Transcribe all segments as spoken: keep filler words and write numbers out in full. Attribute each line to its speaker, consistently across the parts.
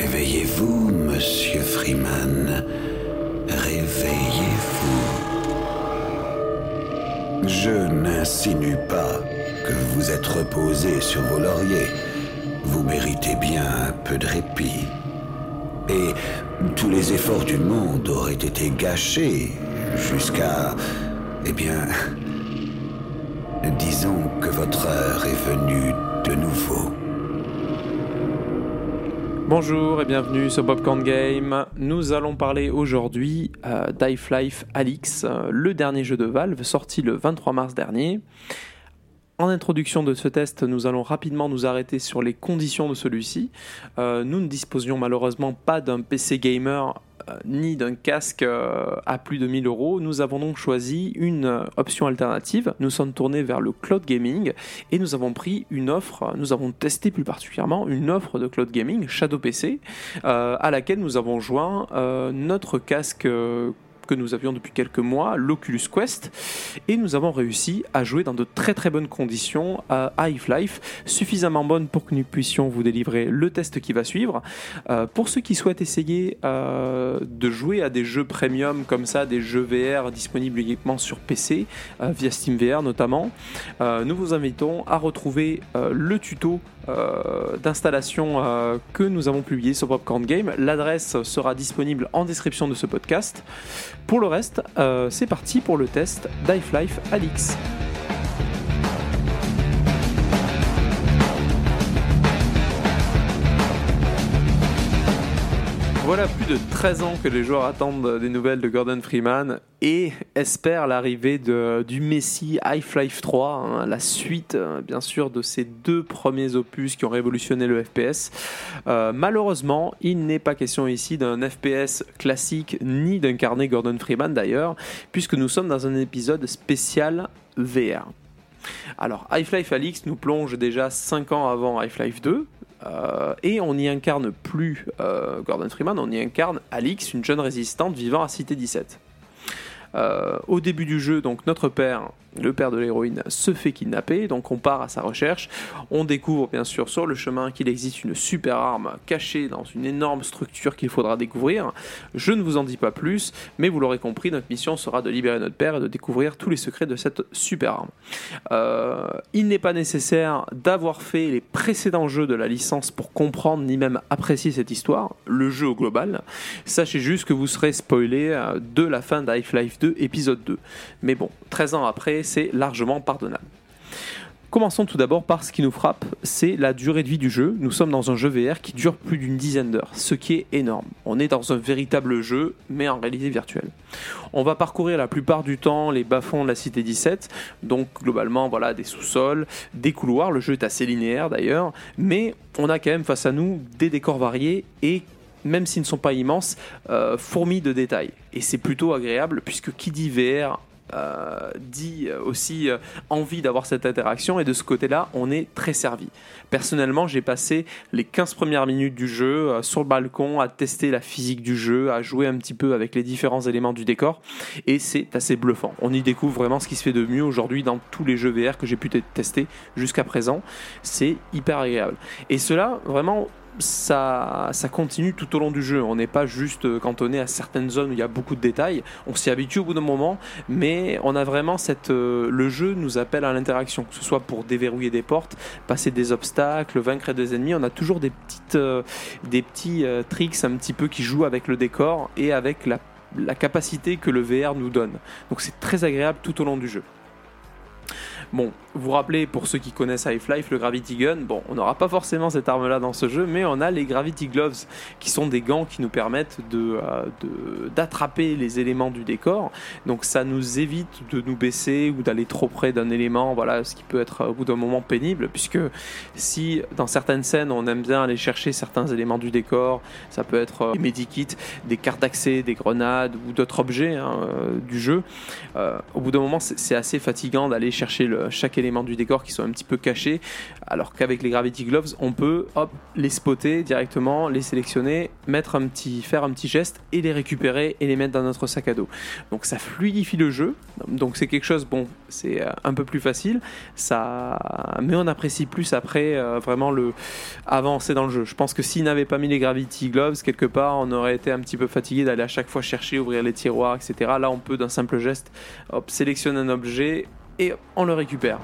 Speaker 1: Réveillez-vous, monsieur Freeman. Réveillez-vous. Je n'insinue pas que vous êtes reposé sur vos lauriers. Vous méritez bien un peu de répit. Et tous les efforts du monde auraient été gâchés jusqu'à... Eh bien... Disons que votre heure est venue de nouveau.
Speaker 2: Bonjour et bienvenue sur Popcorn Game. Nous allons parler aujourd'hui euh, d'Half-Life Alyx, euh, le dernier jeu de Valve sorti le vingt-trois mars dernier. En introduction de ce test, nous allons rapidement nous arrêter sur les conditions de celui-ci. Euh, nous ne disposions malheureusement pas d'un P C gamer euh, ni d'un casque euh, à plus de mille euros. Nous avons donc choisi une euh, option alternative. Nous sommes tournés vers le cloud gaming et nous avons pris une offre, nous avons testé plus particulièrement une offre de cloud gaming, Shadow P C, euh, à laquelle nous avons joint euh, notre casque euh, que nous avions depuis quelques mois, l'Oculus Quest, et nous avons réussi à jouer dans de très très bonnes conditions à Half-Life, suffisamment bonnes pour que nous puissions vous délivrer le test qui va suivre. Euh, pour ceux qui souhaitent essayer euh, de jouer à des jeux premium comme ça, des jeux V R disponibles uniquement sur P C, euh, via SteamVR notamment, euh, nous vous invitons à retrouver euh, le tuto Euh, d'installation euh, que nous avons publié sur Popcorn Game. L'adresse sera disponible en description de ce podcast. Pour le reste, euh, c'est parti pour le test d'Half-Life Alyx. Voilà plus de treize ans que les joueurs attendent des nouvelles de Gordon Freeman et espèrent l'arrivée de, du Messie Half-Life trois, hein, la suite euh, bien sûr de ces deux premiers opus qui ont révolutionné le F P S. Euh, malheureusement, il n'est pas question ici d'un F P S classique ni d'incarner Gordon Freeman d'ailleurs, puisque nous sommes dans un épisode spécial V R. Alors, Half-Life Alyx nous plonge déjà cinq ans avant Half-Life deux, euh, et on n'y incarne plus euh, Gordon Freeman, on y incarne Alyx, une jeune résistante vivant à Cité dix-sept. Euh, au début du jeu, donc notre père, le père de l'héroïne, se fait kidnapper, donc on part à sa recherche. On découvre bien sûr sur le chemin qu'il existe une super arme cachée dans une énorme structure qu'il faudra découvrir. Je ne vous en dis pas plus, mais vous l'aurez compris, notre mission sera de libérer notre père et de découvrir tous les secrets de cette super arme. Euh, il n'est pas nécessaire d'avoir fait les précédents jeux de la licence pour comprendre ni même apprécier cette histoire, le jeu au global. Sachez juste que vous serez spoilé de la fin d'Half-Life deux épisode deux. Mais bon, treize ans après, c'est largement pardonnable. Commençons tout d'abord par ce qui nous frappe, c'est la durée de vie du jeu. Nous sommes dans un jeu V R qui dure plus d'une dizaine d'heures, ce qui est énorme. On est dans un véritable jeu, mais en réalité virtuelle. On va parcourir la plupart du temps les bas-fonds de la Cité dix-sept, donc globalement voilà, des sous-sols, des couloirs, le jeu est assez linéaire d'ailleurs, mais on a quand même face à nous des décors variés et même s'ils ne sont pas immenses, euh, fourmis de détails. Et c'est plutôt agréable, puisque qui dit V R euh, dit aussi euh, envie d'avoir cette interaction, et de ce côté-là, on est très servi. Personnellement, j'ai passé les quinze premières minutes du jeu euh, sur le balcon à tester la physique du jeu, à jouer un petit peu avec les différents éléments du décor, et c'est assez bluffant. On y découvre vraiment ce qui se fait de mieux aujourd'hui dans tous les jeux V R que j'ai pu t- tester jusqu'à présent. C'est hyper agréable. Et cela, vraiment... Ça, ça continue tout au long du jeu. On n'est pas juste cantonné à certaines zones où il y a beaucoup de détails. On s'y habitue au bout d'un moment, mais on a vraiment cette. Euh, le jeu nous appelle à l'interaction, que ce soit pour déverrouiller des portes, passer des obstacles, vaincre des ennemis. On a toujours des petites, euh, des petits euh, tricks un petit peu qui jouent avec le décor et avec la, la capacité que le V R nous donne. Donc c'est très agréable tout au long du jeu. Bon, vous vous rappelez, pour ceux qui connaissent Half-Life, le Gravity Gun, bon, on n'aura pas forcément cette arme-là dans ce jeu, mais on a les Gravity Gloves, qui sont des gants qui nous permettent de, euh, de, d'attraper les éléments du décor. Donc ça nous évite de nous baisser ou d'aller trop près d'un élément, voilà, ce qui peut être au bout d'un moment pénible, puisque si dans certaines scènes, on aime bien aller chercher certains éléments du décor, ça peut être des medikits, des cartes d'accès, des grenades ou d'autres objets hein, euh, du jeu, euh, au bout d'un moment, c'est, c'est assez fatigant d'aller chercher le euh, chaque élément du décor qui soit un petit peu caché, alors qu'avec les Gravity Gloves, on peut hop, les spotter directement, les sélectionner, mettre un petit, faire un petit geste et les récupérer et les mettre dans notre sac à dos. Donc ça fluidifie le jeu, donc c'est quelque chose, bon, c'est un peu plus facile, ça... mais on apprécie plus après euh, vraiment le avancer dans le jeu. Je pense que s'ils n'avaient pas mis les Gravity Gloves, quelque part, on aurait été un petit peu fatigué d'aller à chaque fois chercher, ouvrir les tiroirs, et cetera. Là, on peut d'un simple geste, hop, sélectionner un objet et on le récupère.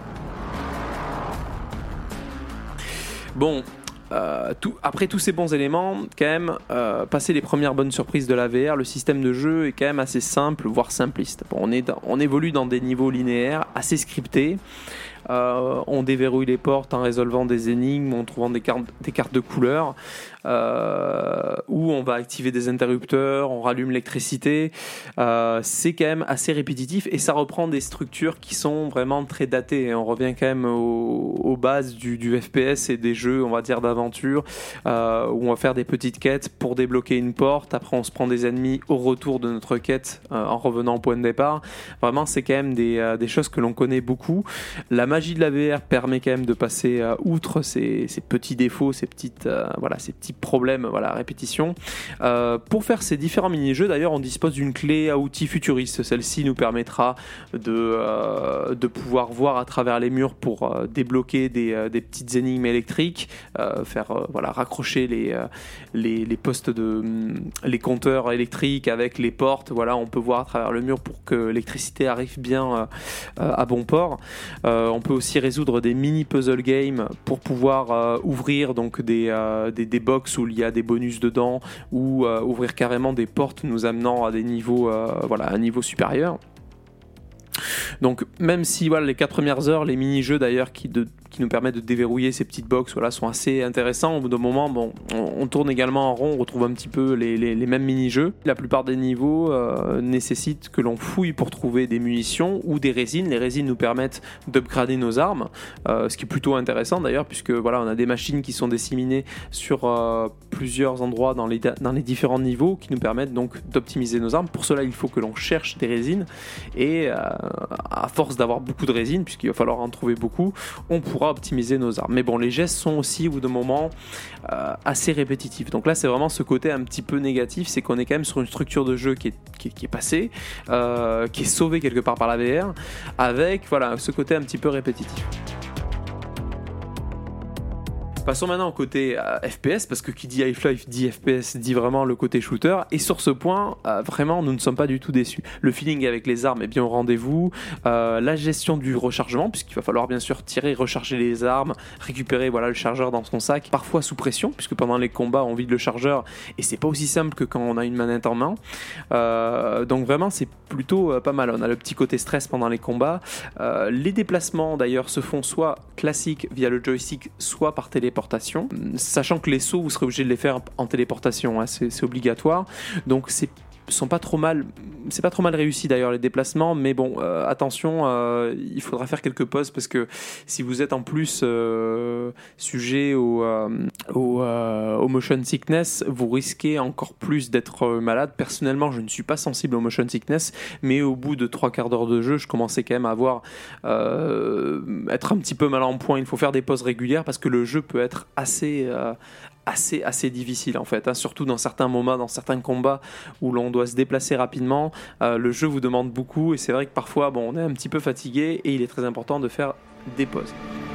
Speaker 2: Bon, euh, tout, après tous ces bons éléments, quand même, euh, passer les premières bonnes surprises de la V R, le système de jeu est quand même assez simple, voire simpliste. Bon, on, est dans, on évolue dans des niveaux linéaires, assez scriptés. Euh, on déverrouille les portes en résolvant des énigmes, en trouvant des cartes, des cartes de couleurs, euh, où on va activer des interrupteurs, on rallume l'électricité. Euh, c'est quand même assez répétitif et ça reprend des structures qui sont vraiment très datées. On revient quand même aux, aux bases du, du F P S et des jeux, on va dire, d'aventure, euh, où on va faire des petites quêtes pour débloquer une porte. Après, on se prend des ennemis au retour de notre quête euh, en revenant au point de départ. Vraiment, c'est quand même des, euh, des choses que l'on connaît beaucoup. La magie de la V R permet quand même de passer euh, outre ces, ces petits défauts, ces petites, euh, voilà, ces petits problèmes, voilà, répétition. Euh, pour faire ces différents mini-jeux, d'ailleurs, on dispose d'une clé à outils futuriste. Celle-ci nous permettra de, euh, de pouvoir voir à travers les murs pour euh, débloquer des, euh, des petites énigmes électriques, euh, faire euh, voilà, raccrocher les, euh, les, les postes de les compteurs électriques avec les portes. Voilà, on peut voir à travers le mur pour que l'électricité arrive bien euh, à bon port. Euh, on peut aussi résoudre des mini puzzle games pour pouvoir euh, ouvrir donc des, euh, des, des box où il y a des bonus dedans, ou euh, ouvrir carrément des portes nous amenant à des niveaux, euh, voilà, à un niveau supérieur. Donc même si voilà, les quatre premières heures, les mini-jeux d'ailleurs qui, de, qui nous permettent de déverrouiller ces petites box, voilà, sont assez intéressants, au bout d'un moment, bon, on, on tourne également en rond, on retrouve un petit peu les, les, les mêmes mini-jeux. La plupart des niveaux euh, nécessitent que l'on fouille pour trouver des munitions ou des résines. Les résines nous permettent d'upgrader nos armes, euh, ce qui est plutôt intéressant d'ailleurs, puisque voilà, on a des machines qui sont disséminées sur euh, plusieurs endroits dans les, dans les différents niveaux qui nous permettent donc d'optimiser nos armes. Pour cela, il faut que l'on cherche des résines et euh, à force d'avoir beaucoup de résine, puisqu'il va falloir en trouver beaucoup, on pourra optimiser nos armes. Mais bon, les gestes sont aussi au bout d'un moment euh, assez répétitifs. Donc là, c'est vraiment ce côté un petit peu négatif, c'est qu'on est quand même sur une structure de jeu qui est, qui est, qui est passée, euh, qui est sauvée quelque part par la V R, avec voilà, ce côté un petit peu répétitif. Passons maintenant au côté euh, F P S, parce que qui dit Half-Life dit F P S dit vraiment le côté shooter, et sur ce point, euh, vraiment, nous ne sommes pas du tout déçus. Le feeling avec les armes est bien au rendez-vous, euh, la gestion du rechargement, puisqu'il va falloir bien sûr tirer, recharger les armes, récupérer voilà, le chargeur dans son sac, parfois sous pression, puisque pendant les combats, on vide le chargeur, et c'est pas aussi simple que quand on a une manette en main. Euh, donc vraiment, c'est plutôt euh, pas mal. On a le petit côté stress pendant les combats. Euh, les déplacements, d'ailleurs, se font soit classiques via le joystick, soit par téléportation. Sachant que les sauts, vous serez obligé de les faire en téléportation, hein, c'est, c'est obligatoire. Donc c'est sont pas trop mal, c'est pas trop mal réussi d'ailleurs les déplacements, mais bon, euh, attention, euh, il faudra faire quelques pauses parce que si vous êtes en plus euh, sujet au, euh, au, euh, au motion sickness, vous risquez encore plus d'être malade. Personnellement, je ne suis pas sensible au motion sickness, mais au bout de trois quarts d'heure de jeu, je commençais quand même à avoir euh, être un petit peu mal en point. Il faut faire des pauses régulières parce que le jeu peut être assez euh, assez assez difficile en fait, hein, surtout dans certains moments, dans certains combats où l'on doit se déplacer rapidement. Euh, le jeu vous demande beaucoup et c'est vrai que parfois bon, on est un petit peu fatigué et il est très important de faire des pauses.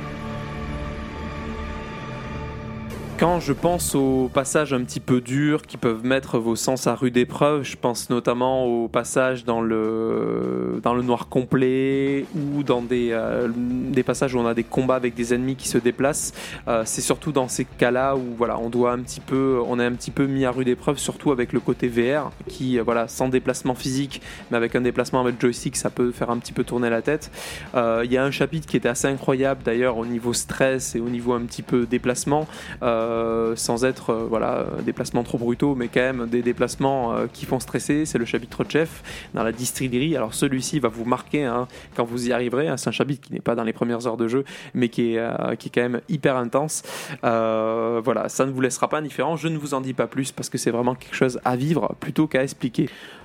Speaker 2: Quand je pense aux passages un petit peu durs qui peuvent mettre vos sens à rude épreuve, je pense notamment aux passages dans le, dans le noir complet ou dans des, euh, des passages où on a des combats avec des ennemis qui se déplacent. Euh, c'est surtout dans ces cas-là où voilà, on doit un petit peu, on est un petit peu mis à rude épreuve, surtout avec le côté V R qui, voilà, sans déplacement physique, mais avec un déplacement avec joystick, ça peut faire un petit peu tourner la tête. Il euh, y a un chapitre qui était assez incroyable d'ailleurs au niveau stress et au niveau un petit peu déplacement. Euh, Euh, sans être euh, voilà, des placements trop brutaux, mais quand même des déplacements euh, qui font stresser. C'est le chapitre Jeff dans la distillerie. Alors celui-ci va vous marquer hein, quand vous y arriverez. C'est un chapitre qui n'est pas dans les premières heures de jeu, mais qui est, euh, qui est quand même hyper intense. Euh, voilà, ça ne vous laissera pas indifférent. Je ne vous en dis pas plus parce que c'est vraiment quelque chose à vivre plutôt qu'à expliquer.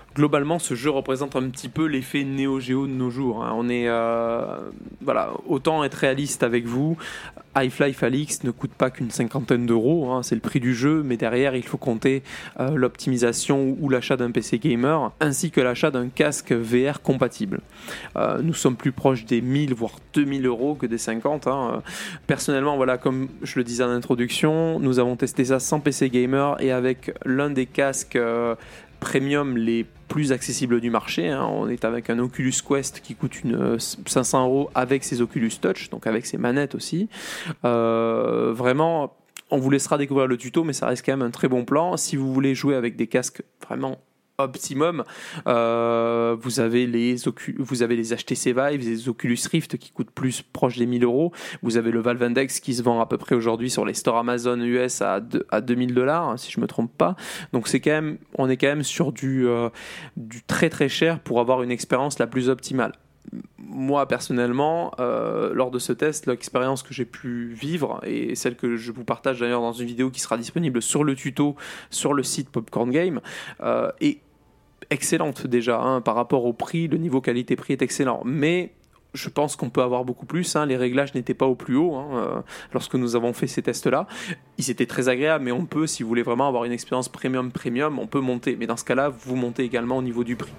Speaker 2: Globalement, ce jeu représente un petit peu l'effet Neo Geo de nos jours. Hein. On est, euh, voilà, autant être réaliste avec vous. Half-Life Alyx ne coûte pas qu'une cinquantaine d'euros, hein, c'est le prix du jeu, mais derrière il faut compter euh, l'optimisation ou l'achat d'un P C gamer, ainsi que l'achat d'un casque V R compatible. Euh, nous sommes plus proches des mille voire deux mille euros que des cinquante. Hein. Personnellement, voilà, comme je le disais en introduction, nous avons testé ça sans P C gamer et avec l'un des casques euh, premium les plus accessibles du marché. Hein. On est avec un Oculus Quest qui coûte une cinq cents euros avec ses Oculus Touch, donc avec ses manettes aussi. Euh, vraiment, on vous laissera découvrir le tuto, mais ça reste quand même un très bon plan. Si vous voulez jouer avec des casques vraiment optimum, euh, vous avez les Ocu- vous avez les H T C Vive, les Oculus Rift qui coûtent plus proche des mille euros. Vous avez le Valve Index qui se vend à peu près aujourd'hui sur les stores Amazon U S à, deux, à deux mille dollars, si je me trompe pas. Donc c'est quand même, on est quand même sur du, euh, du très très cher pour avoir une expérience la plus optimale. Moi personnellement, euh, lors de ce test, l'expérience que j'ai pu vivre et celle que je vous partage d'ailleurs dans une vidéo qui sera disponible sur le tuto sur le site Popcorn Game euh, est excellente déjà, hein, par rapport au prix, le niveau qualité-prix est excellent, mais je pense qu'on peut avoir beaucoup plus, hein. Les réglages n'étaient pas au plus haut hein, euh, lorsque nous avons fait ces tests-là. Ils étaient très agréables, mais on peut, si vous voulez vraiment avoir une expérience premium premium, on peut monter, mais dans ce cas-là, vous montez également au niveau du prix.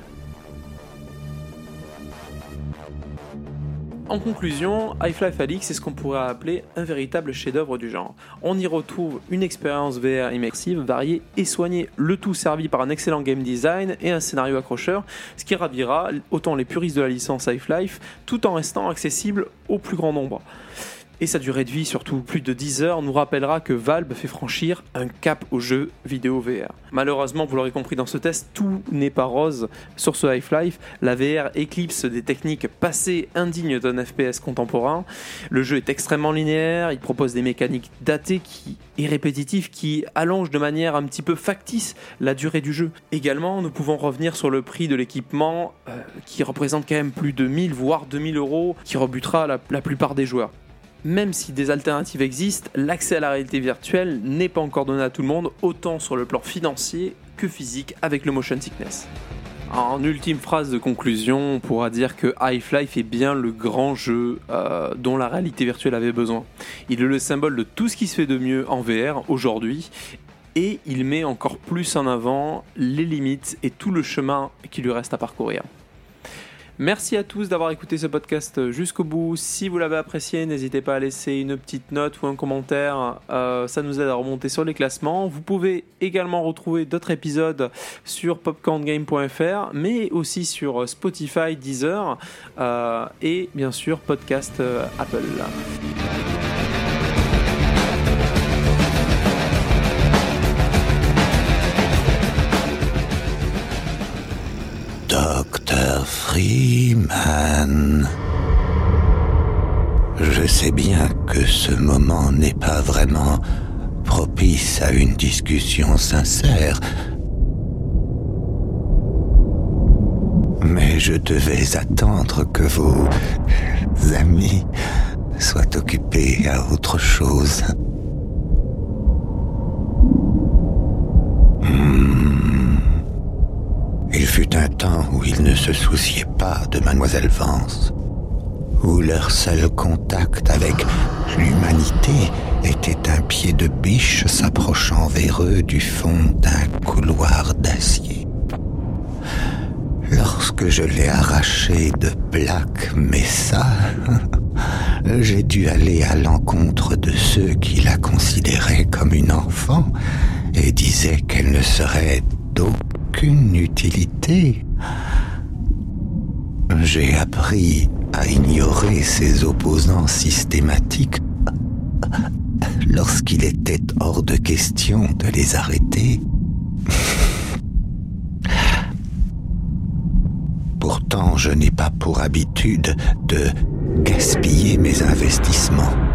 Speaker 2: En conclusion, Half-Life Alyx est ce qu'on pourrait appeler un véritable chef-d'œuvre du genre. On y retrouve une expérience V R immersive, variée et soignée, le tout servi par un excellent game design et un scénario accrocheur, ce qui ravira autant les puristes de la licence Half-Life, tout en restant accessible au plus grand nombre. Et sa durée de vie, surtout plus de dix heures, nous rappellera que Valve fait franchir un cap au jeu vidéo V R. Malheureusement, vous l'aurez compris dans ce test, tout n'est pas rose sur ce Half-Life. La V R éclipse des techniques passées indignes d'un F P S contemporain. Le jeu est extrêmement linéaire, il propose des mécaniques datées qui, et répétitives qui allongent de manière un petit peu factice la durée du jeu. Également, nous pouvons revenir sur le prix de l'équipement euh, qui représente quand même plus de mille voire deux mille euros, qui rebutera la, la plupart des joueurs. Même si des alternatives existent, l'accès à la réalité virtuelle n'est pas encore donné à tout le monde, autant sur le plan financier que physique avec le motion sickness. En ultime phrase de conclusion, on pourra dire que Half-Life est bien le grand jeu euh, dont la réalité virtuelle avait besoin. Il est le symbole de tout ce qui se fait de mieux en V R aujourd'hui, et il met encore plus en avant les limites et tout le chemin qui lui reste à parcourir. Merci à tous d'avoir écouté ce podcast jusqu'au bout. Si vous l'avez apprécié, n'hésitez pas à laisser une petite note ou un commentaire. Euh, ça nous aide à remonter sur les classements. Vous pouvez également retrouver d'autres épisodes sur popcorn game point f r, mais aussi sur Spotify, Deezer euh, et bien sûr podcast euh, Apple.
Speaker 1: Docteur Freeman, je sais bien que ce moment n'est pas vraiment propice à une discussion sincère, mais je devais attendre que vos amis soient occupés à autre chose. Hmm. Il fut un temps où ils ne se souciaient pas de Mademoiselle Vance, où leur seul contact avec l'humanité était un pied de biche s'approchant vers eux du fond d'un couloir d'acier. Lorsque je l'ai arraché de Black Mesa, j'ai dû aller à l'encontre de ceux qui la considéraient comme une enfant et disaient qu'elle ne serait d'aucune utilité. J'ai appris à ignorer ses opposants systématiques lorsqu'il était hors de question de les arrêter. Pourtant, je n'ai pas pour habitude de gaspiller mes investissements.